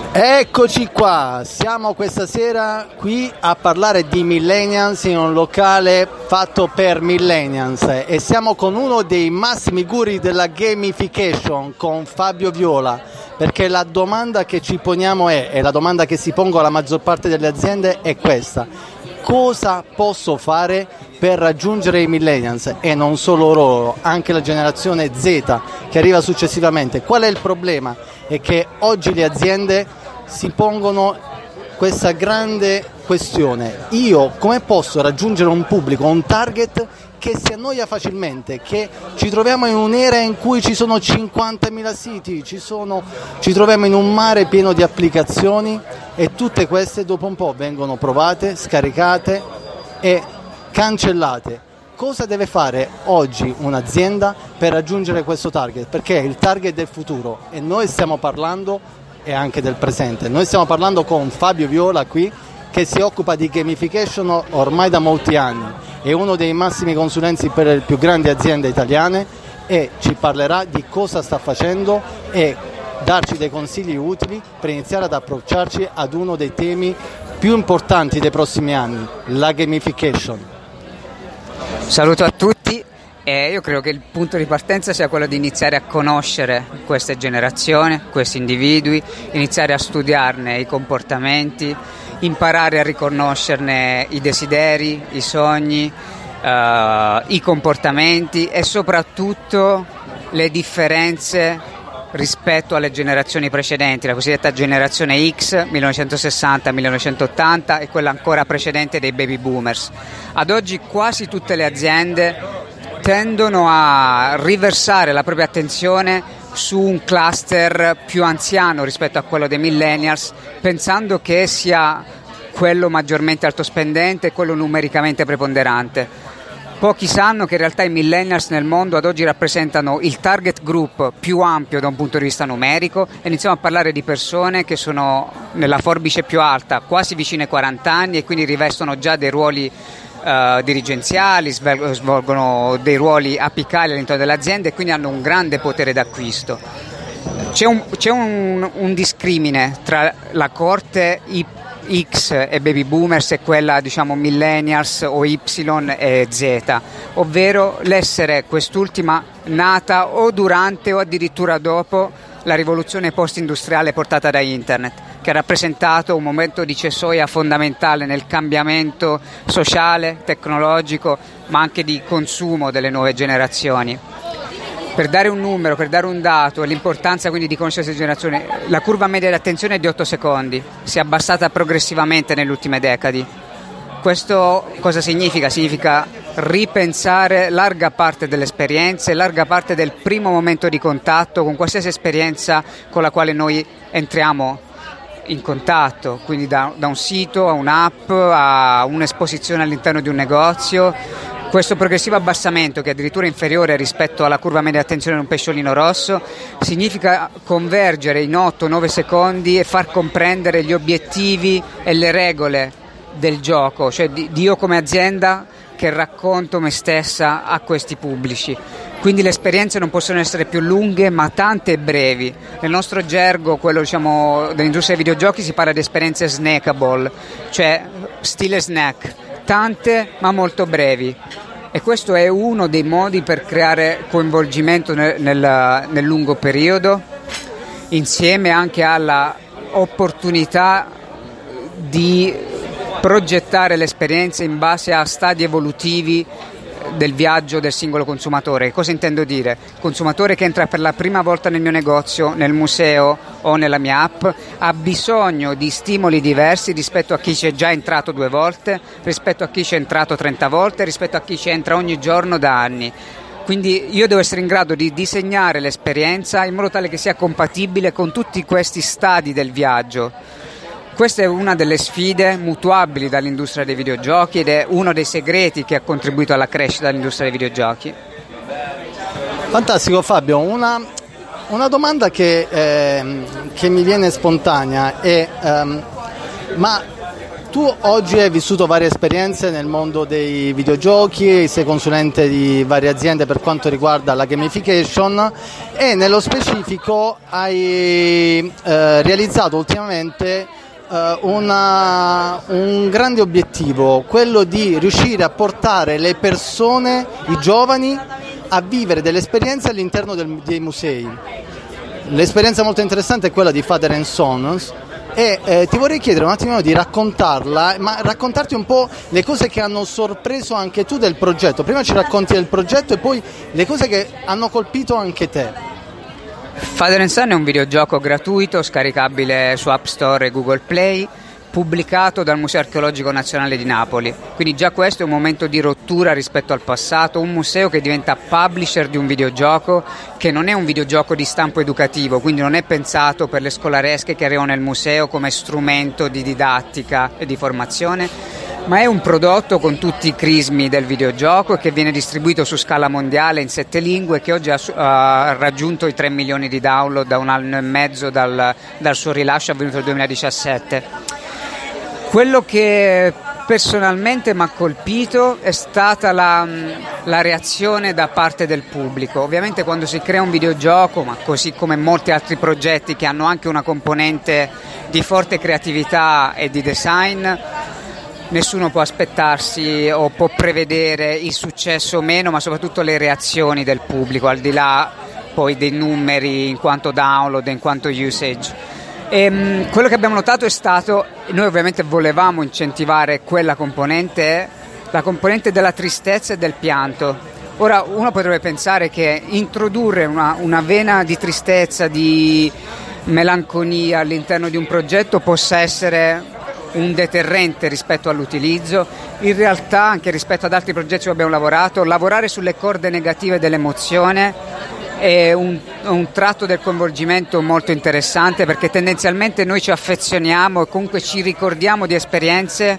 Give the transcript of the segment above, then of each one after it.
Eccoci qua, siamo questa sera qui a parlare di millennials in un locale fatto per millennials e siamo con uno dei massimi guri della gamification, con Fabio Viola, perché la domanda che ci poniamo e la domanda che si pongono la maggior parte delle aziende è questa: cosa posso fare per raggiungere i millennials e non solo loro, anche la generazione Z che arriva successivamente? Qual è il problema? È che oggi le aziende si pongono questa grande questione: io come posso raggiungere un pubblico, un target che si annoia facilmente, che ci troviamo in un'era in cui ci sono 50.000 siti, ci troviamo in un mare pieno di applicazioni e tutte queste dopo un po' vengono provate, scaricate e cancellate. Cosa deve fare oggi un'azienda per raggiungere questo target? Perché è il target del futuro e noi stiamo parlando e anche del presente. Noi stiamo parlando con Fabio Viola qui, che si occupa di gamification ormai da molti anni, è uno dei massimi consulenti per le più grandi aziende italiane e ci parlerà di cosa sta facendo e darci dei consigli utili per iniziare ad approcciarci ad uno dei temi più importanti dei prossimi anni, la gamification. Saluto a tutti. Io credo che il punto di partenza sia quello di iniziare a conoscere queste generazioni, questi individui, iniziare a studiarne i comportamenti, imparare a riconoscerne i desideri, i sogni, i comportamenti e soprattutto le differenze rispetto alle generazioni precedenti, la cosiddetta generazione X, 1960-1980 e quella ancora precedente dei baby boomers. Ad oggi quasi tutte le aziende tendono a riversare la propria attenzione su un cluster più anziano rispetto a quello dei millennials, pensando che sia quello maggiormente altospendente e quello numericamente preponderante. Pochi sanno che in realtà i millennials nel mondo ad oggi rappresentano il target group più ampio da un punto di vista numerico e iniziamo a parlare di persone che sono nella forbice più alta, quasi vicine ai 40 anni e quindi rivestono già dei ruoli dirigenziali, svolgono dei ruoli apicali all'interno delle aziende e quindi hanno un grande potere d'acquisto. C'è un discrimine tra la coorte X e baby boomers e quella diciamo millennials o Y e Z, ovvero l'essere quest'ultima nata o durante o addirittura dopo la rivoluzione post-industriale portata da internet, che ha rappresentato un momento di cessoia fondamentale nel cambiamento sociale, tecnologico, ma anche di consumo delle nuove generazioni. Per dare un numero, per dare un dato e l'importanza quindi di conoscere queste generazioni, la curva media di attenzione è di 8 secondi, si è abbassata progressivamente nelle ultime decadi. Questo cosa significa? Significa ripensare larga parte delle esperienze, larga parte del primo momento di contatto con qualsiasi esperienza con la quale noi entriamo in contatto, quindi da un sito a un'app a un'esposizione all'interno di un negozio. Questo progressivo abbassamento, che è addirittura inferiore rispetto alla curva media di attenzione di un pesciolino rosso, significa convergere in 8-9 secondi e far comprendere gli obiettivi e le regole del gioco, cioè di io come azienda che racconto me stessa a questi pubblici. Quindi le esperienze non possono essere più lunghe ma tante e brevi. Nel nostro gergo, quello diciamo dell'industria dei videogiochi, si parla di esperienze snackable, cioè stile snack, tante ma molto brevi. E questo è uno dei modi per creare coinvolgimento nel lungo periodo, insieme anche alla opportunità di progettare l'esperienza in base a stadi evolutivi del viaggio del singolo consumatore. Cosa intendo dire? Il consumatore che entra per la prima volta nel mio negozio, nel museo o nella mia app ha bisogno di stimoli diversi rispetto a chi ci è già entrato 2 volte, rispetto a chi ci è entrato 30 volte, rispetto a chi ci entra ogni giorno da anni. Quindi io devo essere in grado di disegnare l'esperienza in modo tale che sia compatibile con tutti questi stadi del viaggio. Questa è una delle sfide mutuabili dall'industria dei videogiochi ed è uno dei segreti che ha contribuito alla crescita dell'industria dei videogiochi. Fantastico Fabio, una domanda che mi viene spontanea è ma Tu oggi hai vissuto varie esperienze nel mondo dei videogiochi, sei consulente di varie aziende per quanto riguarda la gamification e nello specifico hai realizzato ultimamente un grande obiettivo, quello di riuscire a portare le persone, i giovani, a vivere delle esperienze all'interno dei musei. L'esperienza molto interessante è quella di Father and Sons e ti vorrei chiedere un attimo di raccontarla, ma raccontarti un po' le cose che hanno sorpreso anche tu del progetto. Prima ci racconti del progetto e poi le cose che hanno colpito anche te. Father and Son è un videogioco gratuito scaricabile su App Store e Google Play, pubblicato dal Museo Archeologico Nazionale di Napoli. Quindi già questo è un momento di rottura rispetto al passato, un museo che diventa publisher di un videogioco che non è un videogioco di stampo educativo, quindi non è pensato per le scolaresche che arrivano nel museo come strumento di didattica e di formazione, ma è un prodotto con tutti i crismi del videogioco che viene distribuito su scala mondiale in 7 lingue, che oggi ha raggiunto i 3 milioni di download da un anno e mezzo dal suo rilascio avvenuto nel 2017. Quello che personalmente mi ha colpito è stata la reazione da parte del pubblico. Ovviamente quando si crea un videogioco, ma così come molti altri progetti che hanno anche una componente di forte creatività e di design, nessuno può aspettarsi o può prevedere il successo o meno, ma soprattutto le reazioni del pubblico, al di là poi dei numeri in quanto download, in quanto usage. E quello che abbiamo notato è stato, noi ovviamente volevamo incentivare quella componente, la componente della tristezza e del pianto. Ora uno potrebbe pensare che introdurre una vena di tristezza, di melanconia all'interno di un progetto possa essere un deterrente rispetto all'utilizzo. In realtà, anche rispetto ad altri progetti che abbiamo lavorato, lavorare sulle corde negative dell'emozione è un tratto del coinvolgimento molto interessante, perché tendenzialmente noi ci affezioniamo e comunque ci ricordiamo di esperienze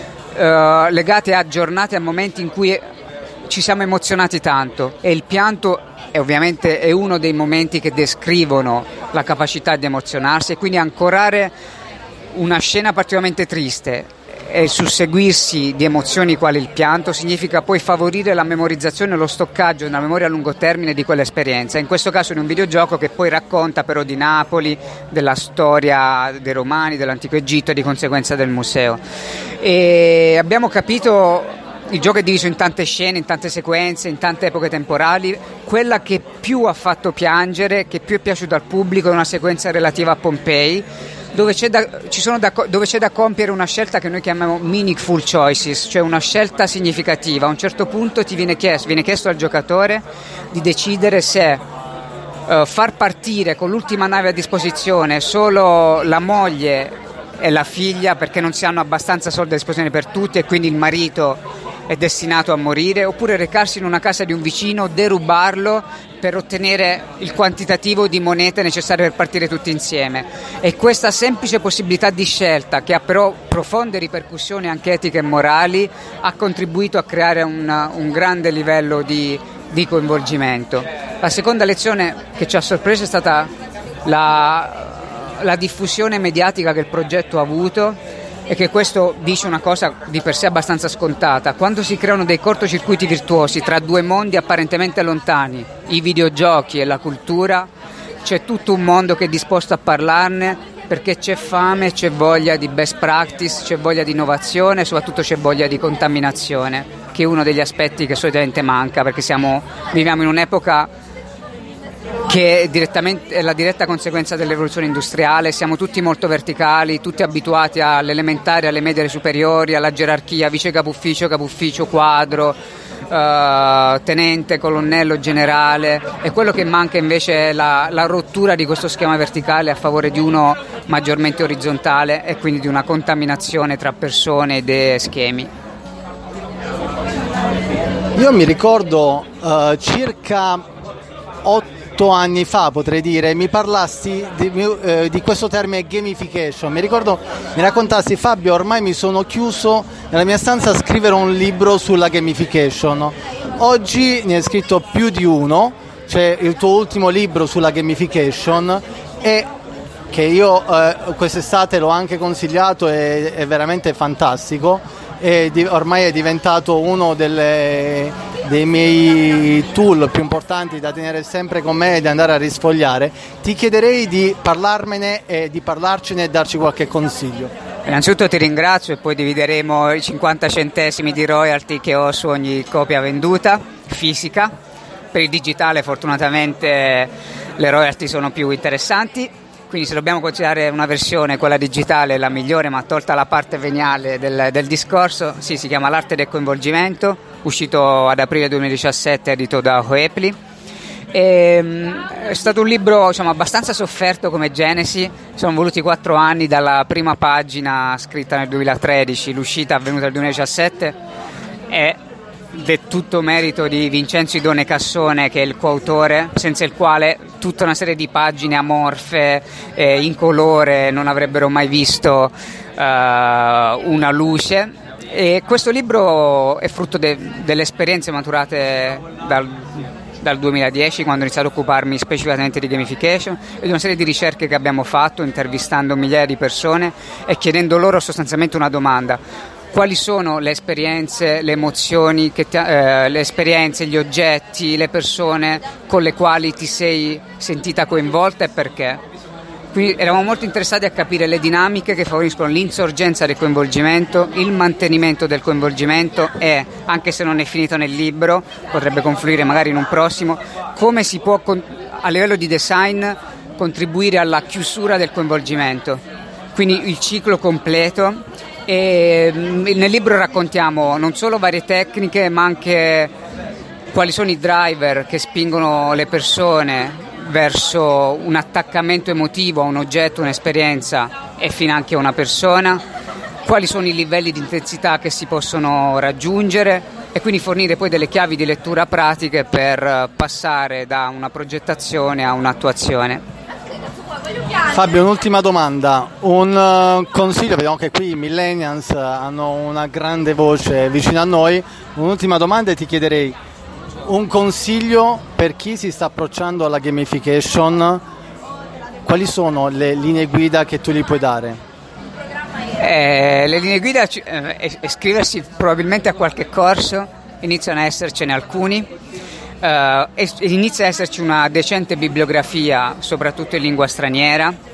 legate a giornate, a momenti in cui ci siamo emozionati tanto, e il pianto ovviamente è uno dei momenti che descrivono la capacità di emozionarsi, e quindi ancorare una scena particolarmente triste e il susseguirsi di emozioni quali il pianto significa poi favorire la memorizzazione e lo stoccaggio nella memoria a lungo termine di quell'esperienza, in questo caso in un videogioco che poi racconta però di Napoli, della storia dei Romani, dell'antico Egitto e di conseguenza del museo. E abbiamo capito, il gioco è diviso in tante scene, in tante sequenze, in tante epoche temporali. Quella che più ha fatto piangere, che più è piaciuta al pubblico, è una sequenza relativa a Pompei, dove c'è da compiere una scelta che noi chiamiamo meaningful choices, cioè una scelta significativa. A un certo punto viene chiesto al giocatore di decidere se far partire con l'ultima nave a disposizione solo la moglie e la figlia, perché non si hanno abbastanza soldi a disposizione per tutti e quindi il marito è destinato a morire, oppure recarsi in una casa di un vicino, derubarlo per ottenere il quantitativo di monete necessarie per partire tutti insieme. E questa semplice possibilità di scelta, che ha però profonde ripercussioni anche etiche e morali, ha contribuito a creare un grande livello di coinvolgimento. La seconda lezione che ci ha sorpreso è stata la diffusione mediatica che il progetto ha avuto, e che questo dice una cosa di per sé abbastanza scontata. Quando si creano dei cortocircuiti virtuosi tra due mondi apparentemente lontani, i videogiochi e la cultura, c'è tutto un mondo che è disposto a parlarne, perché c'è fame, c'è voglia di best practice, c'è voglia di innovazione e soprattutto c'è voglia di contaminazione, che è uno degli aspetti che solitamente manca, perché viviamo in un'epoca che è la diretta conseguenza dell'evoluzione industriale. Siamo tutti molto verticali, tutti abituati all'elementare, alle medie, alle superiori, alla gerarchia, vice capufficio, quadro, tenente, colonnello, generale, e quello che manca invece è la rottura di questo schema verticale a favore di uno maggiormente orizzontale, e quindi di una contaminazione tra persone, idee e schemi. Io mi ricordo circa 8 anni fa, potrei dire, mi parlasti di questo termine gamification. Mi ricordo mi raccontassi: Fabio, ormai mi sono chiuso nella mia stanza a scrivere un libro sulla gamification. Oggi ne hai scritto più di uno, c'è il tuo ultimo libro sulla gamification, e che io quest'estate l'ho anche consigliato, è veramente fantastico, ormai è diventato uno dei miei tool più importanti da tenere sempre con me e di andare a risfogliare. Ti chiederei di parlarmene e di parlarcene e darci qualche consiglio. Innanzitutto ti ringrazio e poi divideremo i 50 centesimi di royalty che ho su ogni copia venduta fisica. Per il digitale fortunatamente le royalty sono più interessanti, quindi se dobbiamo considerare una versione, quella digitale, la migliore, ma tolta la parte veniale del discorso, sì, si chiama L'arte del coinvolgimento, uscito ad aprile 2017, edito da Hoepli. È stato un libro, diciamo, abbastanza sofferto come genesi, sono voluti 4 anni dalla prima pagina scritta nel 2013, l'uscita avvenuta nel 2017, è del tutto merito di Vincenzo Idone Cassone, che è il coautore, senza il quale tutta una serie di pagine amorfe in colore non avrebbero mai visto una luce. E questo libro è frutto delle esperienze maturate dal 2010, quando ho iniziato ad occuparmi specificamente di gamification, e di una serie di ricerche che abbiamo fatto intervistando migliaia di persone e chiedendo loro sostanzialmente una domanda: quali sono le esperienze, le emozioni, le esperienze, gli oggetti, le persone con le quali ti sei sentita coinvolta e perché? Quindi eravamo molto interessati a capire le dinamiche che favoriscono l'insorgenza del coinvolgimento, il mantenimento del coinvolgimento e, anche se non è finito nel libro, potrebbe confluire magari in un prossimo, come si può a livello di design contribuire alla chiusura del coinvolgimento. Quindi il ciclo completo. E nel libro raccontiamo non solo varie tecniche, ma anche quali sono i driver che spingono le persone verso un attaccamento emotivo a un oggetto, un'esperienza e finanche a una persona, quali sono i livelli di intensità che si possono raggiungere, e quindi fornire poi delle chiavi di lettura pratiche per passare da una progettazione a un'attuazione. Fabio, un'ultima domanda, un consiglio, vediamo che qui i millennials hanno una grande voce vicino a noi, un'ultima domanda e ti chiederei un consiglio per chi si sta approcciando alla gamification, quali sono le linee guida che tu gli puoi dare? Le linee guida iscriversi probabilmente a qualche corso, iniziano a essercene alcuni. Inizia a esserci una decente bibliografia, soprattutto in lingua straniera.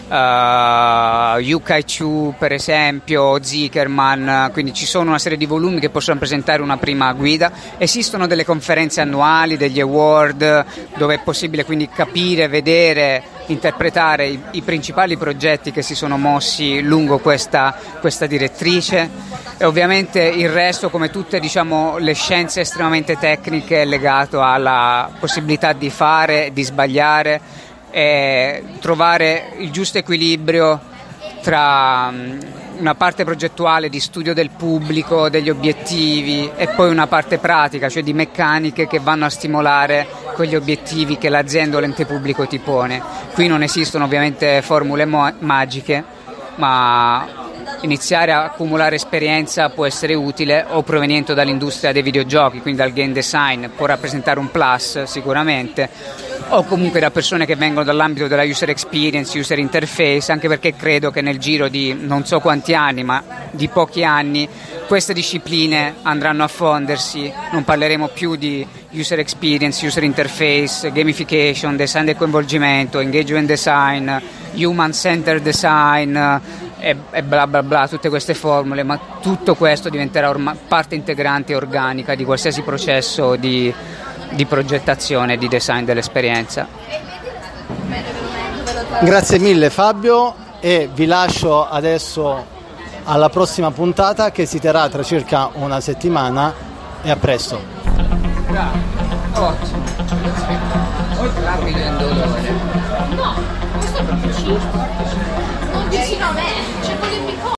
Yu Kai Chu per esempio, Zuckerman, quindi ci sono una serie di volumi che possono presentare una prima guida. Esistono delle conferenze annuali, degli award, dove è possibile quindi capire, vedere, interpretare i principali progetti che si sono mossi lungo questa direttrice, e ovviamente il resto, come tutte, diciamo, le scienze estremamente tecniche, è legato alla possibilità di fare, di sbagliare, e trovare il giusto equilibrio tra una parte progettuale di studio del pubblico, degli obiettivi, e poi una parte pratica, cioè di meccaniche che vanno a stimolare quegli obiettivi che l'azienda o l'ente pubblico ti pone. Qui non esistono ovviamente formule magiche, ma iniziare a accumulare esperienza può essere utile, o proveniente dall'industria dei videogiochi, quindi dal game design, può rappresentare un plus sicuramente, o comunque da persone che vengono dall'ambito della user experience, user interface, anche perché credo che nel giro di non so quanti anni, ma di pochi anni, queste discipline andranno a fondersi. Non parleremo più di user experience, user interface, gamification, design del coinvolgimento, engagement design, human centered design e bla bla bla, tutte queste formule, ma tutto questo diventerà parte integrante e organica di qualsiasi processo di progettazione e di design dell'esperienza. Grazie mille Fabio, e vi lascio adesso alla prossima puntata, che si terrà tra circa una settimana, e a presto. Ottimo. Oltre l'abito e indolore. No, questo è proprio 5. Non vicino a me, c'è quello in